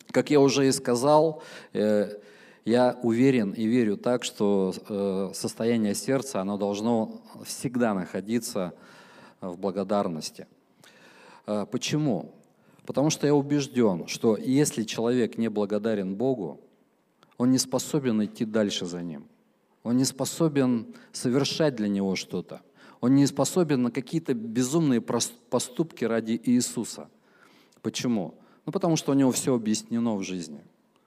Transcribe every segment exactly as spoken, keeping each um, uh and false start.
Как я уже и сказал, я уверен и верю так, что состояние сердца, оно должно всегда находиться в благодарности. Почему? Потому что я убежден, что если человек не благодарен Богу, он не способен идти дальше за Ним. Он не способен совершать для Него что-то. Он не способен на какие-то безумные поступки ради Иисуса. Почему? Ну, потому что у него все объяснено в жизни.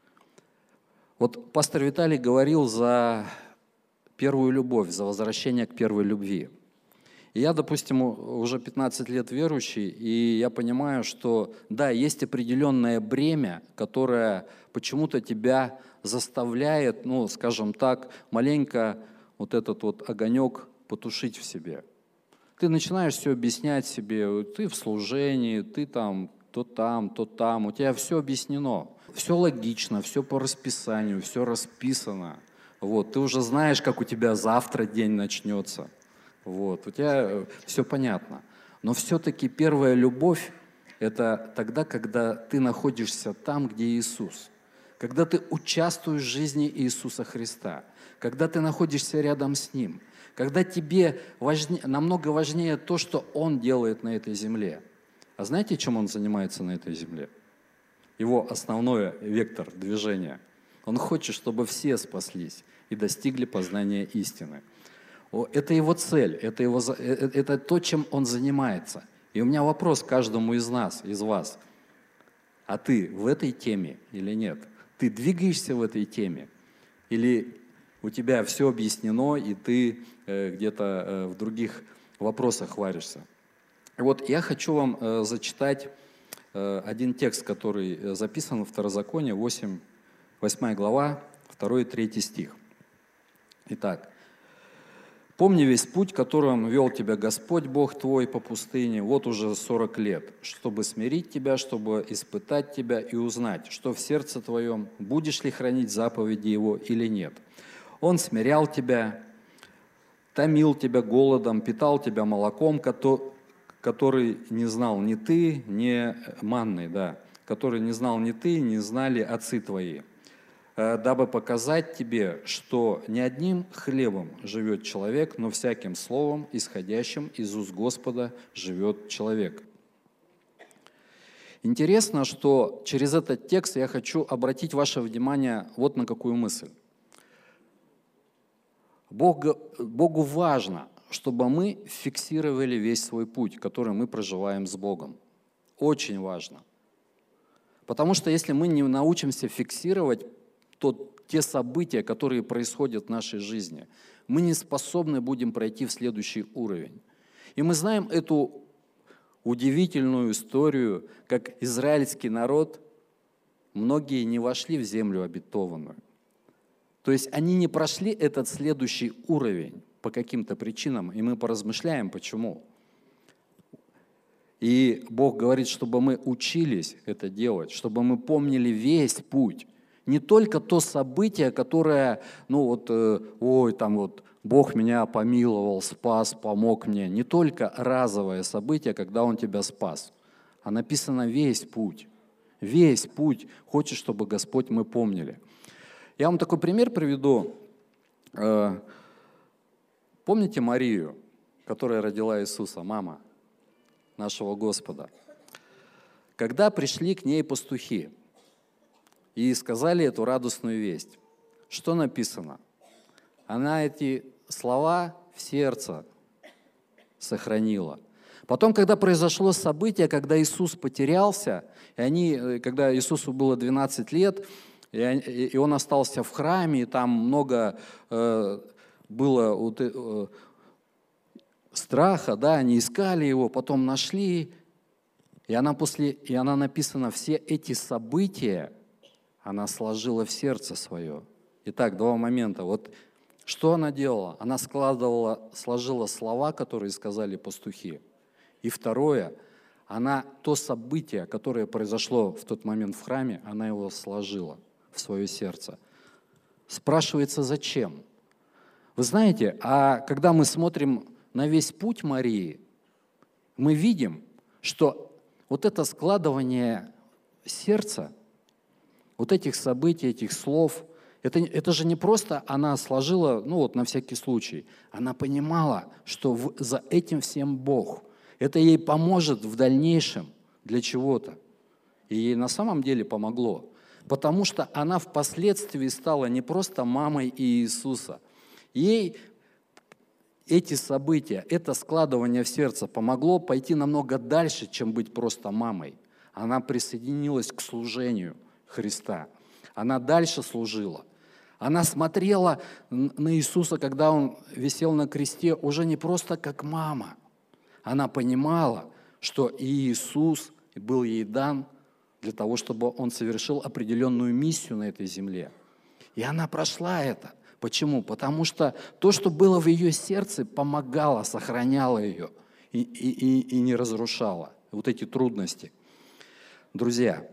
Вот пастор Виталий говорил за первую любовь, за возвращение к первой любви. И я, допустим, уже пятнадцать лет верующий, и я понимаю, что да, есть определенное бремя, которое почему-то тебя заставляет, ну, скажем так, маленько вот этот вот огонек потушить в себе. Ты начинаешь все объяснять себе, ты в служении, ты там, то там, то там, у тебя все объяснено. Все логично, все по расписанию, все расписано. Вот, ты уже знаешь, как у тебя завтра день начнется. Вот, у тебя все понятно. Но все-таки первая любовь – это тогда, когда ты находишься там, где Иисус. Когда ты участвуешь в жизни Иисуса Христа. Когда ты находишься рядом с Ним. Когда тебе важнее, намного важнее то, что Он делает на этой земле. А знаете, чем Он занимается на этой земле? Его основной вектор движения. Он хочет, чтобы все спаслись и достигли познания истины. Это его цель, это, его, это то, чем он занимается. И у меня вопрос к каждому из нас, из вас. А ты в этой теме или нет? Ты двигаешься в этой теме? Или у тебя все объяснено, и ты э, где-то э, в других вопросах варишься? И вот я хочу вам э, зачитать э, один текст, который записан во Второзаконии, восьмая глава, второй и третий стих. Итак. «Помни весь путь, которым вел тебя Господь Бог твой по пустыне, вот уже сорок лет, чтобы смирить тебя, чтобы испытать тебя и узнать, что в сердце твоем, будешь ли хранить заповеди Его или нет. Он смирял тебя, томил тебя голодом, питал тебя молоком, который не знал ни ты, ни манной, да, который не знал ни ты, не знали отцы твои, дабы показать тебе, что не одним хлебом живет человек, но всяким словом, исходящим из уст Господа, живет человек». Интересно, что через этот текст я хочу обратить ваше внимание вот на какую мысль. Богу, Богу важно, чтобы мы фиксировали весь свой путь, который мы проживаем с Богом. Очень важно. Потому что если мы не научимся фиксировать то, те события, которые происходят в нашей жизни, мы не способны будем пройти в следующий уровень. И мы знаем эту удивительную историю, как израильский народ, многие не вошли в землю обетованную. То есть они не прошли этот следующий уровень по каким-то причинам, и мы поразмышляем, почему. И Бог говорит, чтобы мы учились это делать, чтобы мы помнили весь путь. Не только то событие, которое, ну вот, э, ой, там вот, Бог меня помиловал, спас, помог мне. Не только разовое событие, когда Он тебя спас, а написано весь путь. Весь путь хочет, чтобы Господь мы помнили. Я вам такой пример приведу. Э, помните Марию, которая родила Иисуса, мама нашего Господа? Когда пришли к ней пастухи, и сказали эту радостную весть. Что написано? Она эти слова в сердце сохранила. Потом, когда произошло событие, когда Иисус потерялся, и они, когда Иисусу было двенадцать лет, и Он остался в храме, и там много э, было вот, э, страха, да, они искали Его, потом нашли, и она, после, и она написана, все эти события, она сложила в сердце свое. Итак, два момента. Вот что она делала? Она складывала, сложила слова, которые сказали пастухи. И второе, она то событие, которое произошло в тот момент в храме, она его сложила в свое сердце. Спрашивается, зачем? Вы знаете, а когда мы смотрим на весь путь Марии, мы видим, что вот это складывание сердца, вот этих событий, этих слов. Это, это же не просто она сложила, ну вот на всякий случай. Она понимала, что в, за этим всем Бог. Это ей поможет в дальнейшем для чего-то. И ей на самом деле помогло. Потому что она впоследствии стала не просто мамой Иисуса. Ей эти события, это складывание в сердце помогло пойти намного дальше, чем быть просто мамой. Она присоединилась к служению Христа. Она дальше служила. Она смотрела на Иисуса, когда Он висел на кресте, уже не просто как мама. Она понимала, что Иисус был ей дан для того, чтобы Он совершил определенную миссию на этой земле. И она прошла это. Почему? Потому что то, что было в ее сердце, помогало, сохраняло ее и, и, и не разрушало вот эти трудности. Друзья,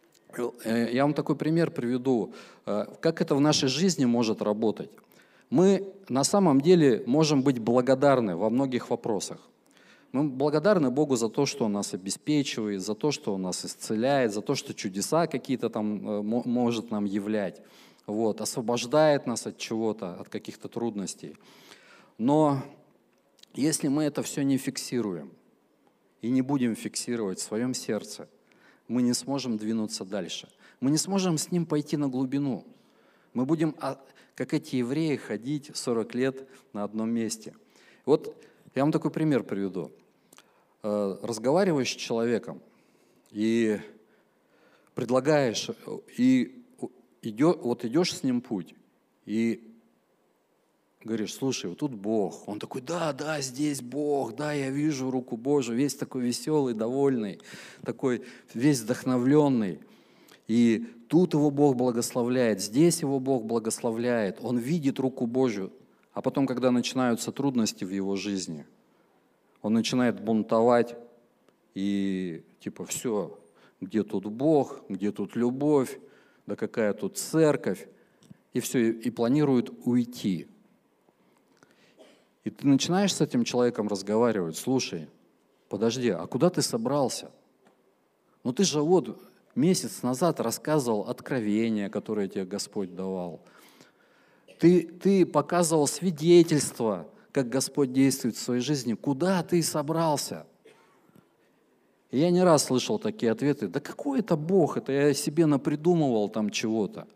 я вам такой пример приведу, как это в нашей жизни может работать. Мы на самом деле можем быть благодарны во многих вопросах. Мы благодарны Богу за то, что Он нас обеспечивает, за то, что Он нас исцеляет, за то, что чудеса какие-то там может нам являть. Вот, освобождает нас от чего-то, от каких-то трудностей. Но если мы это все не фиксируем и не будем фиксировать в своем сердце, мы не сможем двинуться дальше. Мы не сможем с Ним пойти на глубину. Мы будем, как эти евреи, ходить сорок лет на одном месте. Вот я вам такой пример приведу. Разговариваешь с человеком и предлагаешь, и идешь, вот идешь с ним путь, и говоришь: слушай, вот тут Бог. Он такой: да, да, здесь Бог, да, я вижу руку Божию, весь такой веселый, довольный, такой весь вдохновленный. И тут его Бог благословляет, здесь его Бог благословляет, он видит руку Божью. А потом, когда начинаются трудности в его жизни, он начинает бунтовать и типа: все, где тут Бог, где тут любовь, да какая тут церковь, и все, и планирует уйти. И ты начинаешь с этим человеком разговаривать: слушай, подожди, а куда ты собрался? Ну ты же вот месяц назад рассказывал откровения, которые тебе Господь давал. Ты, ты показывал свидетельство, как Господь действует в своей жизни. Куда ты собрался? И я не раз слышал такие ответы: да какой это Бог, это я себе напридумывал там чего-то.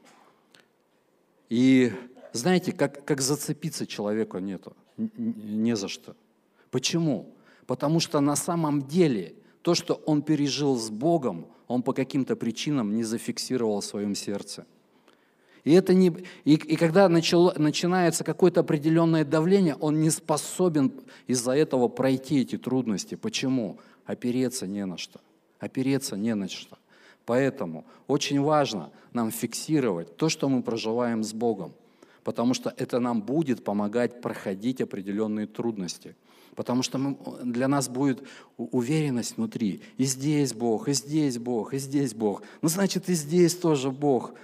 И знаете, как, как зацепиться человеку нету, не за что. Почему? Потому что на самом деле то, что он пережил с Богом, он по каким-то причинам не зафиксировал в своем сердце. И, это не, и, и когда начало, начинается какое-то определенное давление, он не способен из-за этого пройти эти трудности. Почему? Опереться не на что. Опереться не на что. Поэтому очень важно нам фиксировать то, что мы проживаем с Богом, потому что это нам будет помогать проходить определенные трудности. Потому что мы, для нас будет уверенность внутри. И здесь Бог, и здесь Бог, и здесь Бог. Ну, значит, и здесь тоже Бог.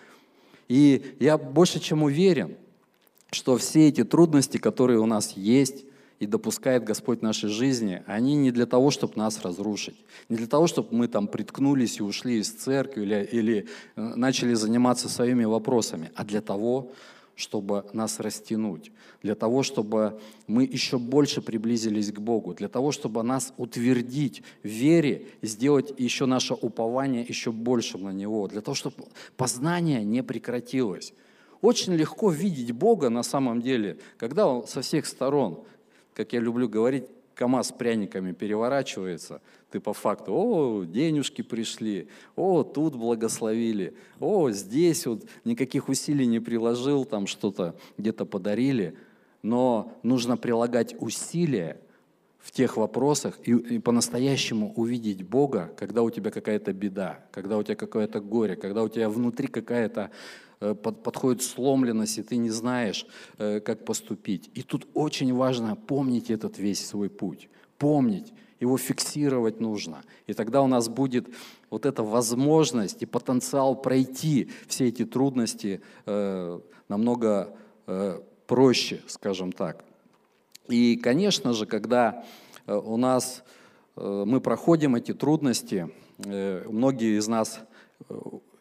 И я больше чем уверен, что все эти трудности, которые у нас есть и допускает Господь в нашей жизни, они не для того, чтобы нас разрушить, не для того, чтобы мы там приткнулись и ушли из церкви или, или начали заниматься своими вопросами, а для того, чтобы нас растянуть, для того, чтобы мы еще больше приблизились к Богу, для того, чтобы нас утвердить в вере и сделать еще наше упование еще большим на Него, для того, чтобы познание не прекратилось. Очень легко видеть Бога на самом деле, когда Он со всех сторон, как я люблю говорить, КамАЗ с пряниками переворачивается, ты по факту: о, денежки пришли, о, тут благословили, о, здесь вот никаких усилий не приложил, там что-то где-то подарили, но нужно прилагать усилия в тех вопросах и, и по-настоящему увидеть Бога, когда у тебя какая-то беда, когда у тебя какое-то горе, когда у тебя внутри какая-то Под, подходит сломленность, и ты не знаешь, э, как поступить. И тут очень важно помнить этот весь свой путь, помнить, его фиксировать нужно. И тогда у нас будет вот эта возможность и потенциал пройти все эти трудности э, намного э, проще, скажем так. И, конечно же, когда э, у нас э, мы проходим эти трудности, э, многие из нас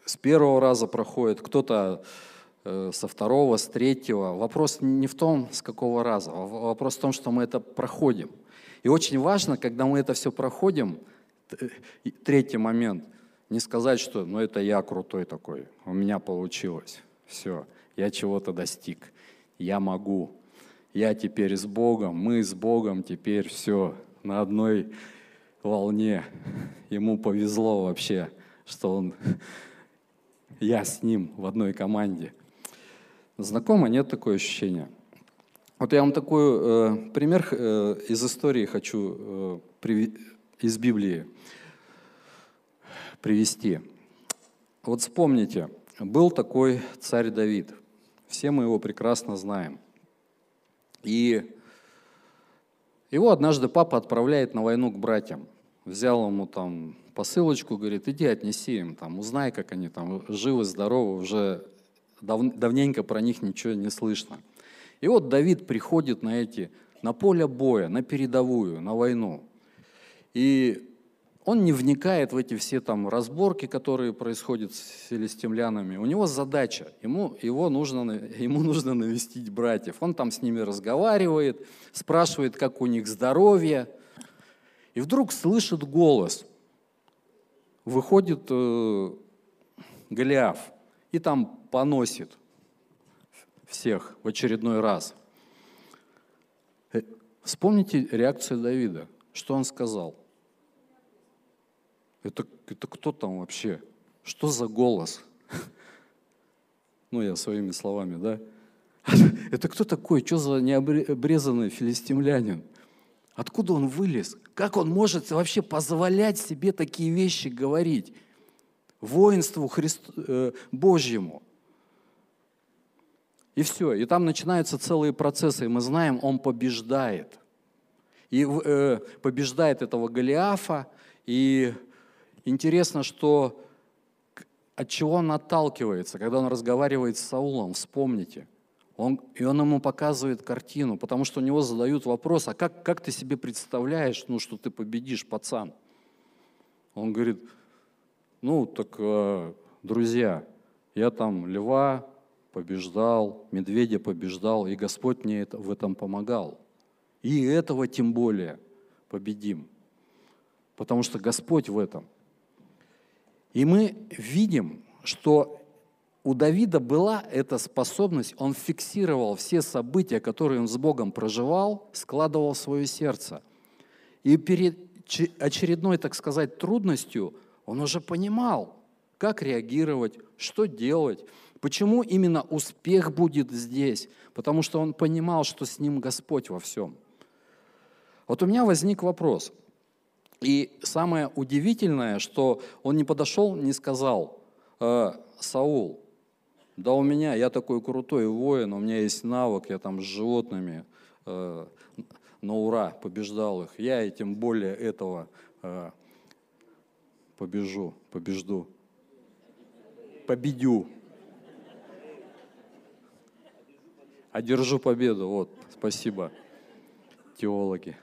с первого раза проходит, кто-то э, со второго, с третьего. Вопрос не в том, с какого раза, а вопрос в том, что мы это проходим. И очень важно, когда мы это все проходим, третий момент, не сказать, что ну это я крутой такой, у меня получилось, все, я чего-то достиг, я могу, я теперь с Богом, мы с Богом теперь все на одной волне. Ему повезло вообще, что он, я с ним в одной команде. Знакомо, нет такое ощущение? Вот я вам такой э, пример э, из истории хочу э, при, из Библии привести. Вот вспомните, был такой царь Давид. Все мы его прекрасно знаем. И его однажды папа отправляет на войну к братьям. Взял ему там посылочку, говорит, иди отнеси им, там, узнай, как они там живы, здоровы, уже дав, давненько про них ничего не слышно. И вот Давид приходит на эти, на поле боя, на передовую, на войну. И он не вникает в эти все там разборки, которые происходят с филистимлянами. У него задача, ему, его нужно, ему нужно навестить братьев. Он там с ними разговаривает, спрашивает, как у них здоровье. И вдруг слышит голос. Выходит э, Голиаф и там поносит всех в очередной раз. Вспомните реакцию Давида. Что он сказал? Это, это кто там вообще? Что за голос? Ну, я своими словами, да? Это кто такой? Что за необрезанный филистимлянин? Откуда он вылез? Как он может вообще позволять себе такие вещи говорить? Воинству Христу, э, Божьему. И все. И там начинаются целые процессы. И мы знаем, он побеждает. И э, побеждает этого Голиафа. И интересно, что от чего он отталкивается, когда он разговаривает с Саулом, вспомните. Он, и он ему показывает картину, потому что у него задают вопрос, а как, как ты себе представляешь, ну, что ты победишь, пацан? Он говорит, ну, так, э, друзья, я там льва побеждал, медведя побеждал, и Господь мне это, в этом помогал. И этого тем более победим, потому что Господь в этом. И мы видим, что у Давида была эта способность, он фиксировал все события, которые он с Богом проживал, складывал в свое сердце. И перед очередной, так сказать, трудностью он уже понимал, как реагировать, что делать, почему именно успех будет здесь, потому что он понимал, что с ним Господь во всем. Вот у меня возник вопрос. И самое удивительное, что он не подошел, не сказал, э, Саул, да у меня, я такой крутой воин, у меня есть навык, я там с животными э, на ура побеждал их, я и тем более этого э, побежу, побежду, победю, одержу победу, вот, спасибо, теологи.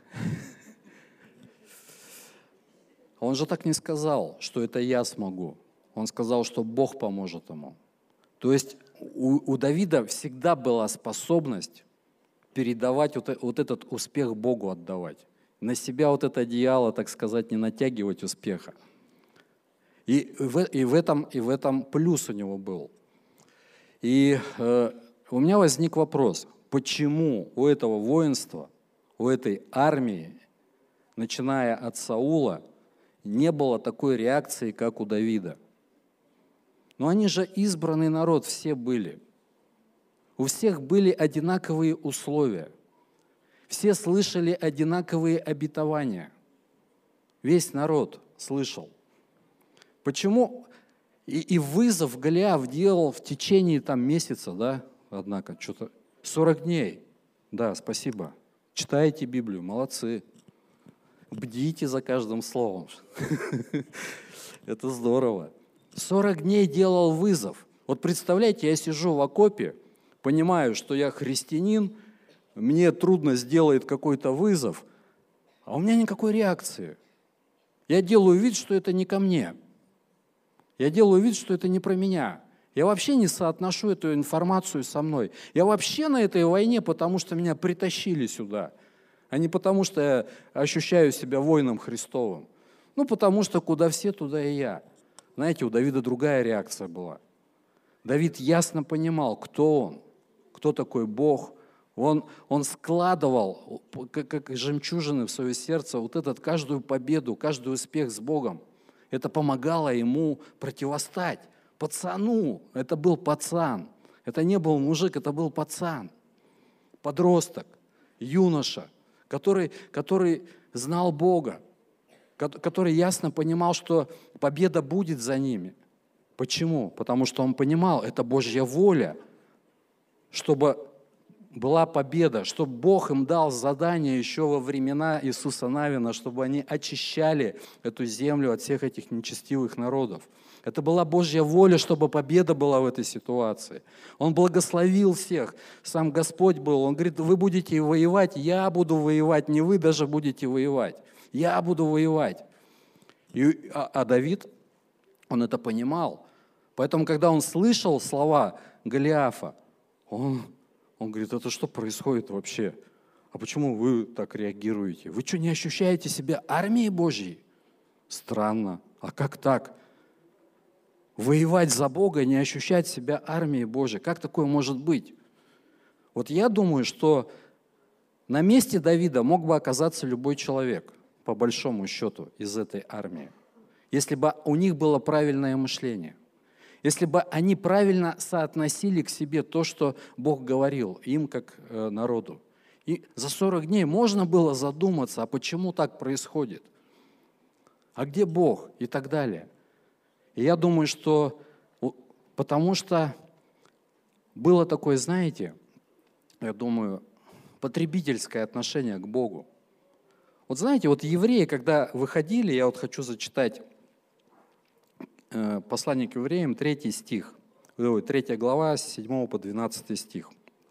Он же так не сказал, что это я смогу. Он сказал, что Бог поможет ему. То есть у, у Давида всегда была способность передавать вот, вот этот успех Богу отдавать. На себя вот это одеяло, так сказать, не натягивать успеха. И в, и в, этом, и в этом плюс у него был. И э, у меня возник вопрос, почему у этого воинства, у этой армии, начиная от Саула, не было такой реакции, как у Давида. Но они же избранный народ, все были. У всех были одинаковые условия. Все слышали одинаковые обетования. Весь народ слышал. Почему? И, и вызов Голиаф делал в течение там месяца, да, однако, что-то сорок дней. Да, спасибо. Читайте Библию, молодцы. Бдите за каждым словом. Это здорово. сорок дней делал вызов. Вот представляете, я сижу в окопе, понимаю, что я христианин, мне трудно сделать какой-то вызов, а у меня никакой реакции. Я делаю вид, что это не ко мне. Я делаю вид, что это не про меня. Я вообще не соотношу эту информацию со мной. Я вообще на этой войне, потому что меня притащили сюда, а не потому что я ощущаю себя воином Христовым. Ну, потому что куда все, туда и я. Знаете, у Давида другая реакция была. Давид ясно понимал, кто он, кто такой Бог. Он, он складывал, как, как жемчужины в свое сердце, вот этот, каждую победу, каждый успех с Богом. Это помогало ему противостать пацану. Это был пацан. Это не был мужик, это был пацан. Подросток, юноша, который, который знал Бога, который ясно понимал, что победа будет за ними. Почему? Потому что он понимал, это Божья воля, чтобы была победа, чтобы Бог им дал задание еще во времена Иисуса Навина, чтобы они очищали эту землю от всех этих нечестивых народов. Это была Божья воля, чтобы победа была в этой ситуации. Он благословил всех, сам Господь был. Он говорит, вы будете воевать, я буду воевать, не вы даже будете воевать. Я буду воевать. И, а, а Давид, он это понимал. Поэтому, когда он слышал слова Голиафа, он... Он говорит, это что происходит вообще? А почему вы так реагируете? Вы что, не ощущаете себя армией Божьей? Странно. А как так? Воевать за Бога, не ощущать себя армией Божьей. Как такое может быть? Вот я думаю, что на месте Давида мог бы оказаться любой человек, по большому счету, из этой армии, если бы у них было правильное мышление. Если бы они правильно соотносили к себе то, что Бог говорил им как э, народу. И за сорок дней можно было задуматься, а почему так происходит? А где Бог? И так далее. И я думаю, что потому что было такое, знаете, я думаю, потребительское отношение к Богу. Вот знаете, вот евреи, когда выходили, я вот хочу зачитать послание к евреям, третий стих, третья глава, с седьмого по двенадцатый стих.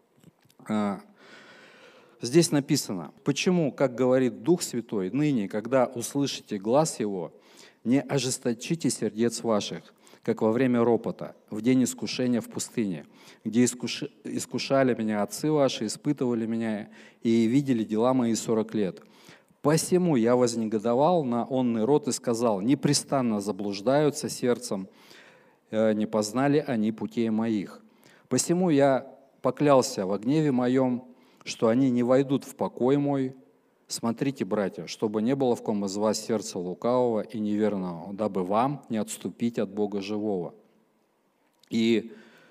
Здесь написано, почему, как говорит Дух Святой, ныне, когда услышите глас Его, не ожесточите сердец ваших, как во время ропота, в день искушения в пустыне, где искуш... искушали меня отцы ваши, испытывали меня и видели дела мои сорок лет. Посему я вознегодовал на онный род и сказал, непрестанно заблуждаются сердцем, не познали они путей моих. Посему я поклялся во гневе моем, что они не войдут в покой мой. Смотрите, братья, чтобы не было в ком из вас сердца лукавого и неверного, дабы вам не отступить от Бога живого. И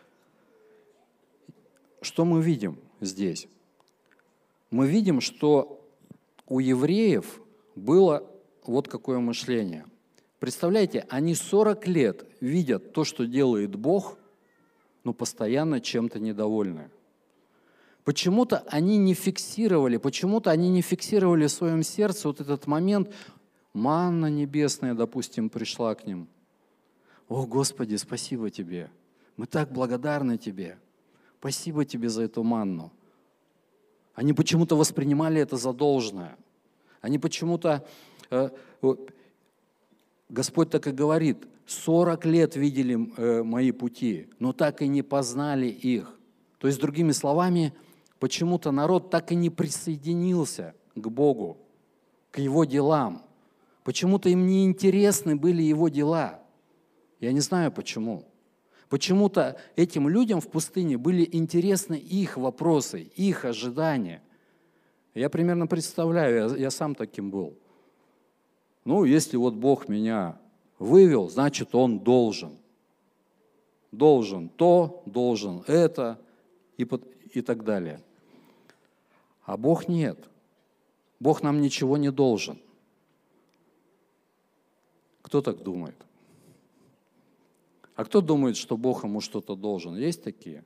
что мы видим здесь? Мы видим, что у евреев было вот какое мышление. Представляете, они сорок лет видят то, что делает Бог, но постоянно чем-то недовольны. Почему-то они не фиксировали, почему-то они не фиксировали в своем сердце вот этот момент, манна небесная, допустим, пришла к ним. О, Господи, спасибо Тебе, мы так благодарны Тебе, спасибо Тебе за эту манну. Они почему-то воспринимали это за должное. Они почему-то, э, Господь так и говорит, сорок лет видели э, мои пути, но так и не познали их. То есть, другими словами, почему-то народ так и не присоединился к Богу, к Его делам. Почему-то им не интересны были Его дела. Я не знаю почему. Почему-то этим людям в пустыне были интересны их вопросы, их ожидания. Я примерно представляю, я, я сам таким был. Ну, если вот Бог меня вывел, значит, Он должен. Должен то, должен это и, и так далее. А Бог нет. Бог нам ничего не должен. Кто так думает? А кто думает, что Бог ему что-то должен? Есть такие?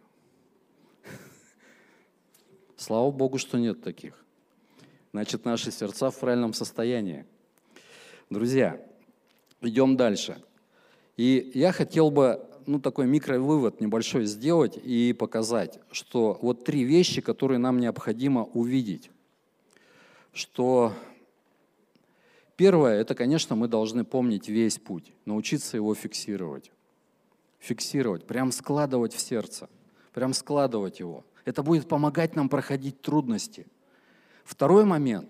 Слава Богу, что нет таких. Значит, наши сердца в правильном состоянии. Друзья, идем дальше. И я хотел бы ну, такой микровывод небольшой сделать и показать, что вот три вещи, которые нам необходимо увидеть. Что первое, это, конечно, мы должны помнить весь путь, научиться его фиксировать. Фиксировать, прям складывать в сердце, прям складывать его. Это будет помогать нам проходить трудности. Второй момент.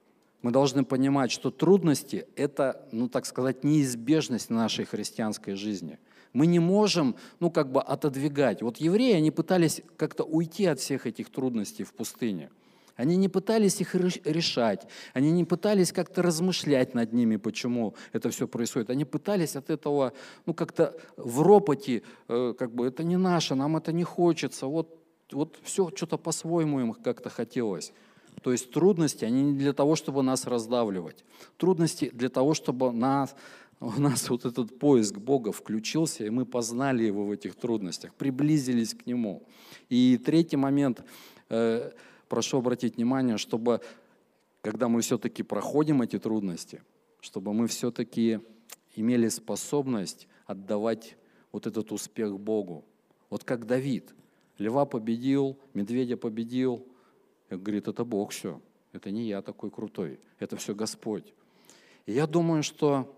Мы должны понимать, что трудности – это, ну так сказать, неизбежность нашей христианской жизни. Мы не можем, ну как бы отодвигать. Вот евреи, они пытались как-то уйти от всех этих трудностей в пустыне. Они не пытались их решать, они не пытались как-то размышлять над ними, почему это все происходит. Они пытались от этого, ну как-то в ропоте, э, как бы это не наше, нам это не хочется. Вот, вот все что-то по-своему им как-то хотелось. То есть трудности, они не для того, чтобы нас раздавливать. Трудности для того, чтобы нас, у нас вот этот поиск Бога включился, и мы познали Его в этих трудностях, приблизились к Нему. И третий момент, э, прошу обратить внимание, чтобы, когда мы все-таки проходим эти трудности, чтобы мы все-таки имели способность отдавать вот этот успех Богу. Вот как Давид. Льва победил, медведя победил. И говорит, это Бог все, это не я такой крутой, это все Господь. И я думаю, что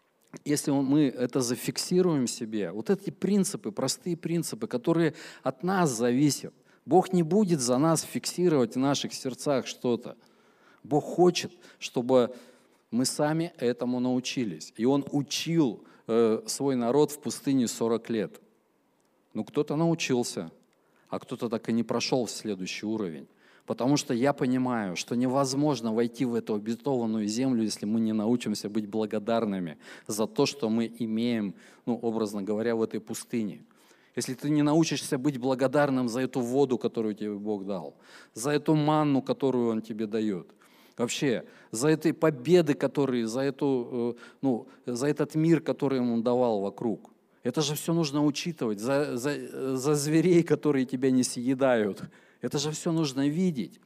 если мы это зафиксируем в себе, вот эти принципы, простые принципы, которые от нас зависят, Бог не будет за нас фиксировать в наших сердцах что-то. Бог хочет, чтобы мы сами этому научились. И Он учил э, свой народ в пустыне сорок лет. Ну, кто-то научился, а кто-то так и не прошел в следующий уровень. Потому что я понимаю, что невозможно войти в эту обетованную землю, если мы не научимся быть благодарными за то, что мы имеем, ну, образно говоря, в этой пустыне. Если ты не научишься быть благодарным за эту воду, которую тебе Бог дал, за эту манну, которую Он тебе дает, вообще за эти победы, которые, за, эту, ну, за этот мир, который Он давал вокруг. Это же все нужно учитывать, за, за, за зверей, которые тебя не съедают. Это же все нужно видеть.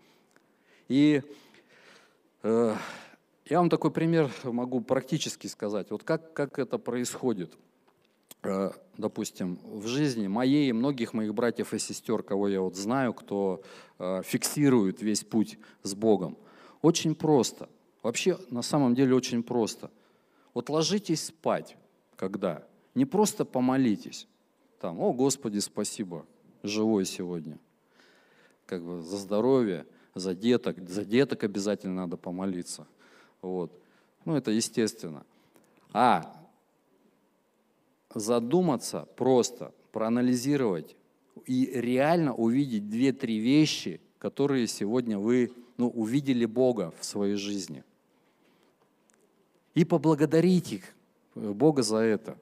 И э, я вам такой пример могу практически сказать. Вот как, как это происходит, э, допустим, в жизни моей и многих моих братьев и сестер, кого я вот знаю, кто э, фиксирует весь путь с Богом. Очень просто. Вообще, на самом деле, очень просто. Вот ложитесь спать, когда? Не просто помолитесь. Там, о, Господи, спасибо, живой сегодня. Как бы за здоровье, за деток. За деток обязательно надо помолиться. Вот. Ну, это естественно. А задуматься просто, проанализировать и реально увидеть две-три вещи, которые сегодня вы, ну, увидели Бога в своей жизни. И поблагодарить их, Бога за это.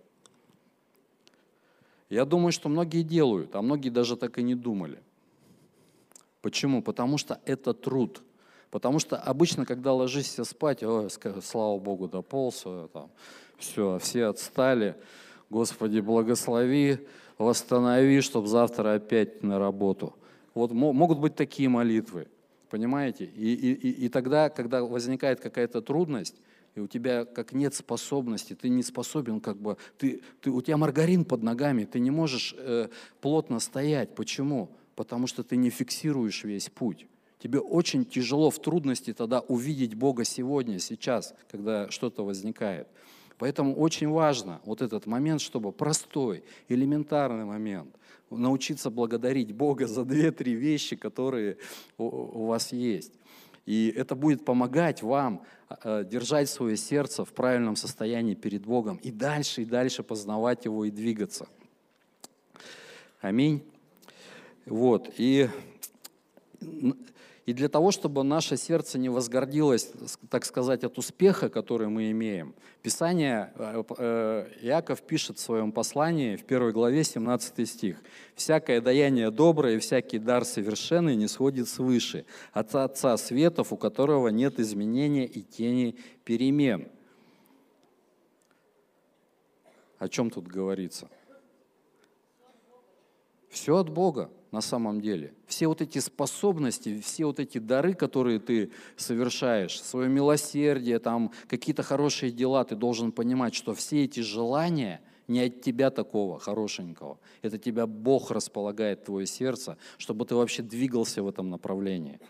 Я думаю, что многие делают, а многие даже так и не думали. Почему? Потому что это труд. Потому что обычно, когда ложишься спать, ой, слава Богу, дополз, там, все, все отстали, Господи, благослови, восстанови, чтобы завтра опять на работу. Вот могут быть такие молитвы, понимаете? И, и, и тогда, когда возникает какая-то трудность, и у тебя как нет способности, ты не способен, как бы, ты, ты, у тебя маргарин под ногами, ты не можешь э, плотно стоять. Почему? Потому что ты не фиксируешь весь путь. Тебе очень тяжело в трудности тогда увидеть Бога сегодня, сейчас, когда что-то возникает. Поэтому очень важно вот этот момент, чтобы простой, элементарный момент, научиться благодарить Бога за две-три вещи, которые у, у вас есть. И это будет помогать вам э, держать свое сердце в правильном состоянии перед Богом и дальше, и дальше познавать Его и двигаться. Аминь. Вот, и, и для того, чтобы наше сердце не возгордилось, так сказать, от успеха, который мы имеем, Писание, Иаков пишет в своем послании, в первой главе, семнадцатый стих. «Всякое даяние доброе и всякий дар совершенный не сходит свыше, от Отца светов, у которого нет изменения и тени перемен». О чем тут говорится? Все от Бога на самом деле. Все вот эти способности, все вот эти дары, которые ты совершаешь, свое милосердие, там, какие-то хорошие дела, ты должен понимать, что все эти желания не от тебя такого хорошенького. Это тебя Бог располагает, твое сердце, чтобы ты вообще двигался в этом направлении.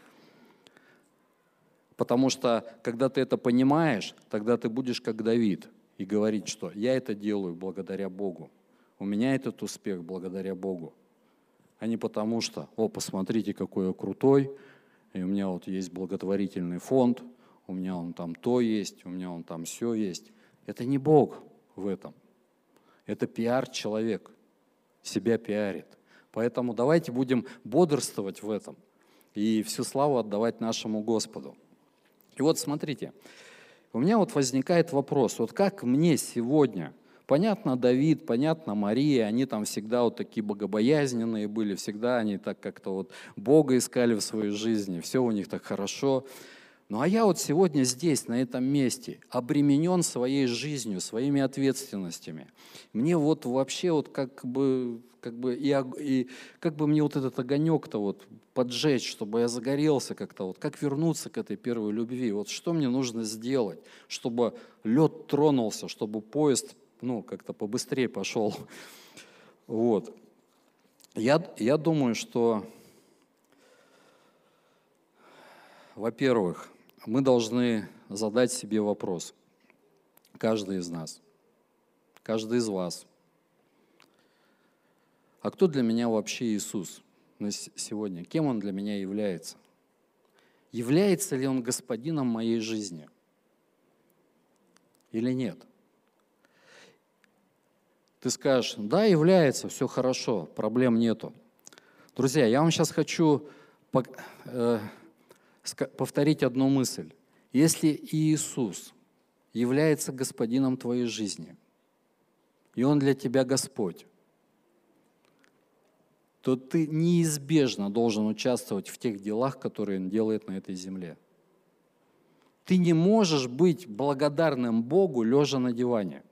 Потому что, когда ты это понимаешь, тогда ты будешь как Давид и говорить, что я это делаю благодаря Богу. у меня этот успех благодаря Богу, а не потому что, о, посмотрите, какой я крутой, и у меня вот есть благотворительный фонд, у меня он там то есть, у меня он там все есть. Это не Бог в этом. Это пиар-человек, себя пиарит. Поэтому давайте будем бодрствовать в этом и всю славу отдавать нашему Господу. И вот смотрите, у меня вот возникает вопрос, вот как мне сегодня, понятно, Давид, понятно, Мария, они там всегда вот такие богобоязненные были, всегда они так как-то вот Бога искали в своей жизни, все у них так хорошо. Ну а я вот сегодня здесь, на этом месте, обременен своей жизнью, своими ответственностями. Мне вот вообще вот как бы, как бы, и, и как бы мне вот этот огонек-то вот поджечь, чтобы я загорелся как-то, вот как вернуться к этой первой любви, вот что мне нужно сделать, чтобы лед тронулся, чтобы поезд, ну, как-то побыстрее пошел. Вот. Я, я думаю, что, во-первых, мы должны задать себе вопрос, каждый из нас, каждый из вас. А кто для меня вообще Иисус сегодня? Кем Он для меня является? Является ли Он господином моей жизни? Или нет? Ты скажешь, да, является, все хорошо, проблем нету. Друзья, я вам сейчас хочу повторить одну мысль. Если Иисус является господином твоей жизни, и Он для тебя Господь, то ты неизбежно должен участвовать в тех делах, которые Он делает на этой земле. Ты не можешь быть благодарным Богу, лежа на диване.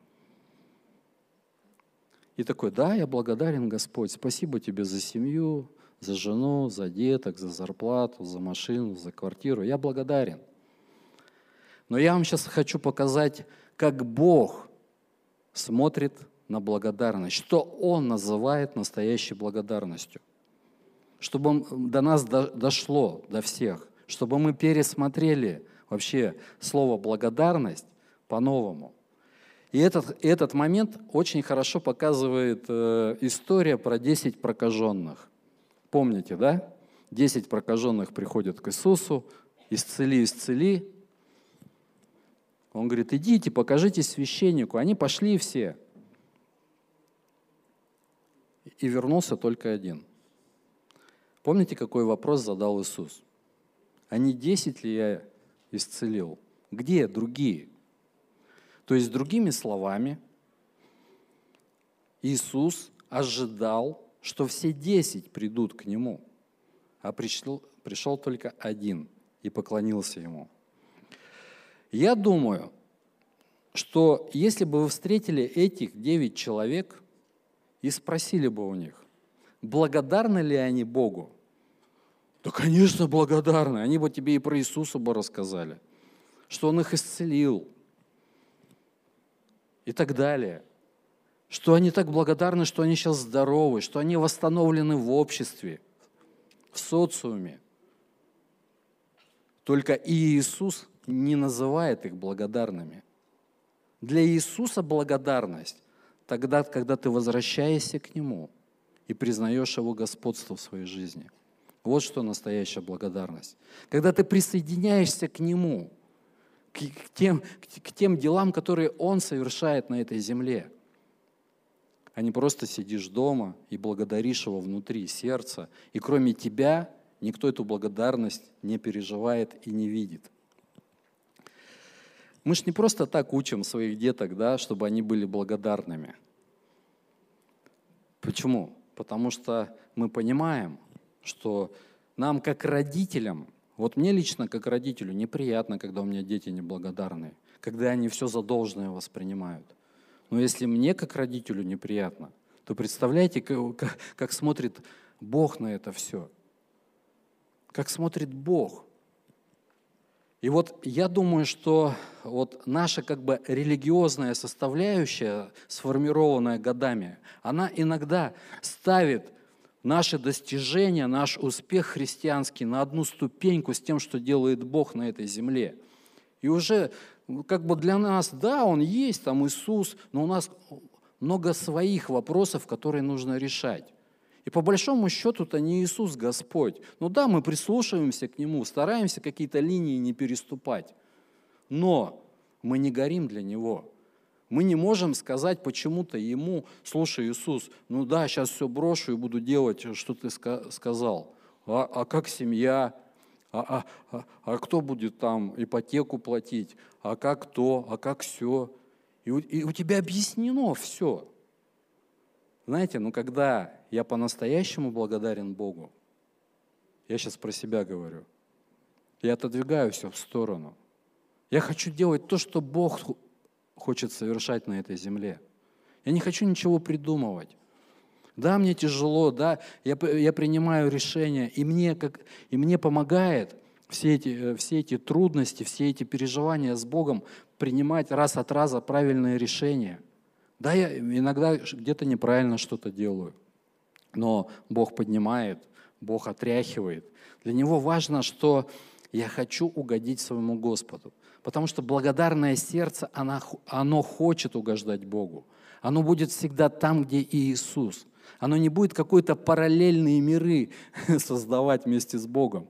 И такой, да, я благодарен, Господь, спасибо Тебе за семью, за жену, за деток, за зарплату, за машину, за квартиру. Я благодарен. Но я вам сейчас хочу показать, как Бог смотрит на благодарность, что Он называет настоящей благодарностью. Чтобы до нас дошло, до всех, чтобы мы пересмотрели вообще слово «благодарность» по-новому. И этот, этот момент очень хорошо показывает э, история про десять прокаженных. Помните, да? Десять прокаженных приходят к Иисусу, исцели, исцели. Он говорит, идите, покажитесь священнику. Они пошли все. И вернулся только один. Помните, какой вопрос задал Иисус? А не десять ли я исцелил? Где другие? То есть, другими словами, Иисус ожидал, что все десять придут к Нему, а пришел, пришел только один и поклонился Ему. Я думаю, что если бы вы встретили этих девять человек и спросили бы у них, благодарны ли они Богу, да, конечно, благодарны. Они бы тебе и про Иисуса бы рассказали, что Он их исцелил и так далее. Что они так благодарны, что они сейчас здоровы, что они восстановлены в обществе, в социуме. Только Иисус не называет их благодарными. Для Иисуса благодарность тогда, когда ты возвращаешься к Нему и признаешь Его господство в своей жизни. Вот что настоящая благодарность. Когда ты присоединяешься к Нему, к тем, к тем делам, которые Он совершает на этой земле, а не просто сидишь дома и благодаришь Его внутри сердца, и кроме тебя никто эту благодарность не переживает и не видит. Мы ж не просто так учим своих деток, да, чтобы они были благодарными. Почему? Потому что мы понимаем, что нам, как родителям, вот мне лично, как родителю, неприятно, когда у меня дети неблагодарные, когда они все за должное воспринимают. Но если мне, как родителю, неприятно, то представляете, как, как смотрит Бог на это все. Как смотрит Бог. И вот я думаю, что вот наша как бы религиозная составляющая, сформированная годами, она иногда ставит наши достижения, наш успех христианский на одну ступеньку с тем, что делает Бог на этой земле. И уже как бы для нас, да, Он есть, там Иисус, но у нас много своих вопросов, которые нужно решать. И по большому счету-то не Иисус Господь. Ну да, мы прислушиваемся к Нему, стараемся какие-то линии не переступать. Но мы не горим для Него. Мы не можем сказать почему-то Ему: слушай, Иисус, ну да, сейчас все брошу и буду делать, что Ты сказал. А, а как семья? А, а, а, а кто будет там ипотеку платить? А как то? А как все? И у, и у тебя объяснено все. Знаете, ну когда я по-настоящему благодарен Богу, я сейчас про себя говорю, я отодвигаю все в сторону. Я хочу делать то, что Бог хочет совершать на этой земле. Я не хочу ничего придумывать. Да, мне тяжело, да, я, я принимаю решения, и мне, как, и мне помогает все эти, все эти трудности, все эти переживания с Богом принимать раз от раза правильные решения. Да, я иногда где-то неправильно что-то делаю, но Бог поднимает, Бог отряхивает. Для Него важно, что я хочу угодить своему Господу, потому что благодарное сердце, оно, оно хочет угождать Богу. Оно будет всегда там, где и Иисус. Оно не будет какой-то параллельные миры создавать вместе с Богом.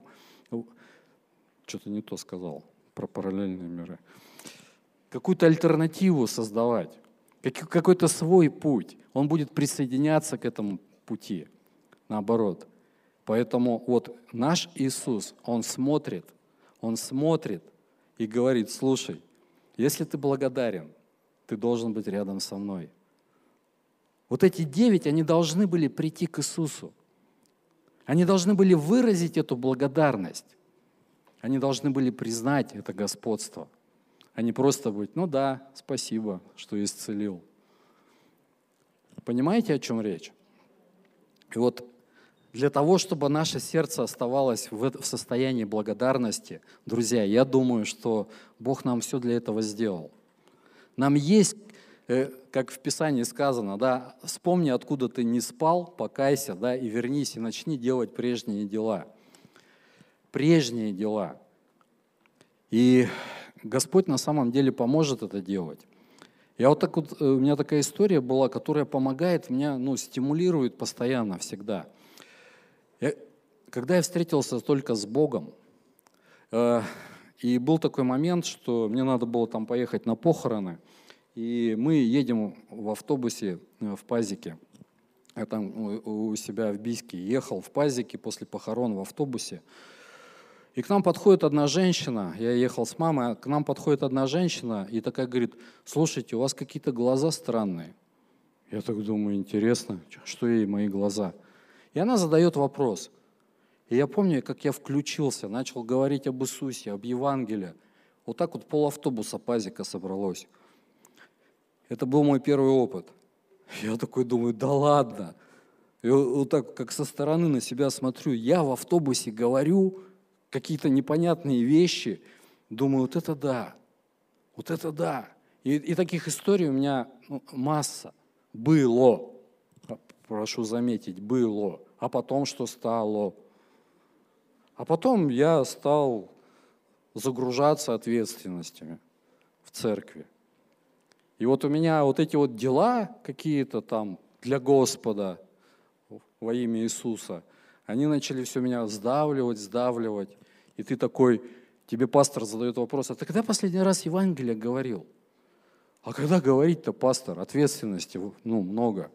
Что-то не то сказал про параллельные миры. Какую-то альтернативу создавать. Какой-то свой путь. Он будет присоединяться к этому пути. Наоборот. Поэтому вот наш Иисус, Он смотрит, Он смотрит и говорит: слушай, если ты благодарен, ты должен быть рядом со мной. Вот эти девять, они должны были прийти к Иисусу. Они должны были выразить эту благодарность. Они должны были признать это господство. А не просто быть: ну да, спасибо, что исцелил. Понимаете, о чем речь? И вот для того, чтобы наше сердце оставалось в состоянии благодарности, друзья, я думаю, что Бог нам все для этого сделал. Нам есть, как в Писании сказано, да, вспомни, откуда ты не спал, покайся, да, и вернись, и начни делать прежние дела. Прежние дела. И Господь на самом деле поможет это делать. Я вот так вот, у меня такая история была, которая помогает мне, ну, стимулирует постоянно, всегда. Я, когда я встретился только с Богом, э, и был такой момент, что мне надо было там поехать на похороны, и мы едем в автобусе в Пазике. Я там у себя в Бийске ехал в Пазике после похорон в автобусе. И к нам подходит одна женщина, я ехал с мамой, к нам подходит одна женщина и такая говорит: слушайте, у вас какие-то глаза странные. Я так думаю, интересно, что ей мои глаза? И она задает вопрос. И я помню, как я включился, начал говорить об Иисусе, об Евангелии. Вот так вот полавтобуса Пазика собралось. Это был мой первый опыт. Я такой думаю: да ладно. И вот так, как со стороны на себя смотрю, я в автобусе говорю какие-то непонятные вещи, думаю: вот это да, вот это да. И, и таких историй у меня, ну, масса. Было, прошу заметить, было. А потом что стало? А потом я стал загружаться ответственностями в церкви. И вот у меня вот эти вот дела какие-то там для Господа во имя Иисуса, они начали все меня сдавливать, сдавливать. И ты такой, тебе пастор задает вопрос: а ты когда последний раз Евангелие говорил? А когда говорить-то, пастор? Ответственности, ну, много.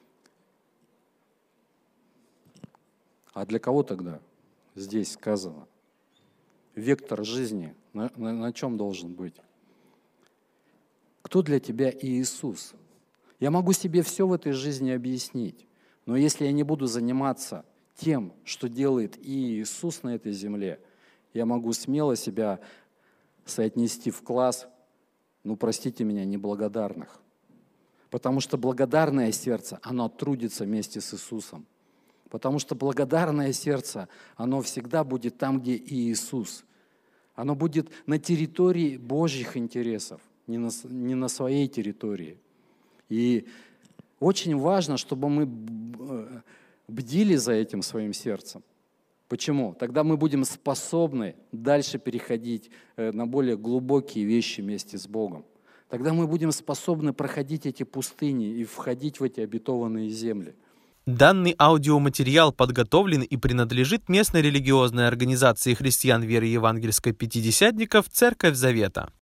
А для кого тогда здесь сказано? Вектор жизни на, на, на чем должен быть? Кто для тебя Иисус? Я могу себе все в этой жизни объяснить, но если я не буду заниматься тем, что делает и Иисус на этой земле, я могу смело себя соотнести в класс, ну, простите меня, неблагодарных. Потому что благодарное сердце, оно трудится вместе с Иисусом. Потому что благодарное сердце, оно всегда будет там, где и Иисус. Оно будет на территории Божьих интересов, не на, не на своей территории. И очень важно, чтобы мы бдили за этим своим сердцем. Почему? Тогда мы будем способны дальше переходить на более глубокие вещи вместе с Богом. Тогда мы будем способны проходить эти пустыни и входить в эти обетованные земли. Данный аудиоматериал подготовлен и принадлежит местной религиозной организации христиан веры евангельской пятидесятников «Церковь Завета».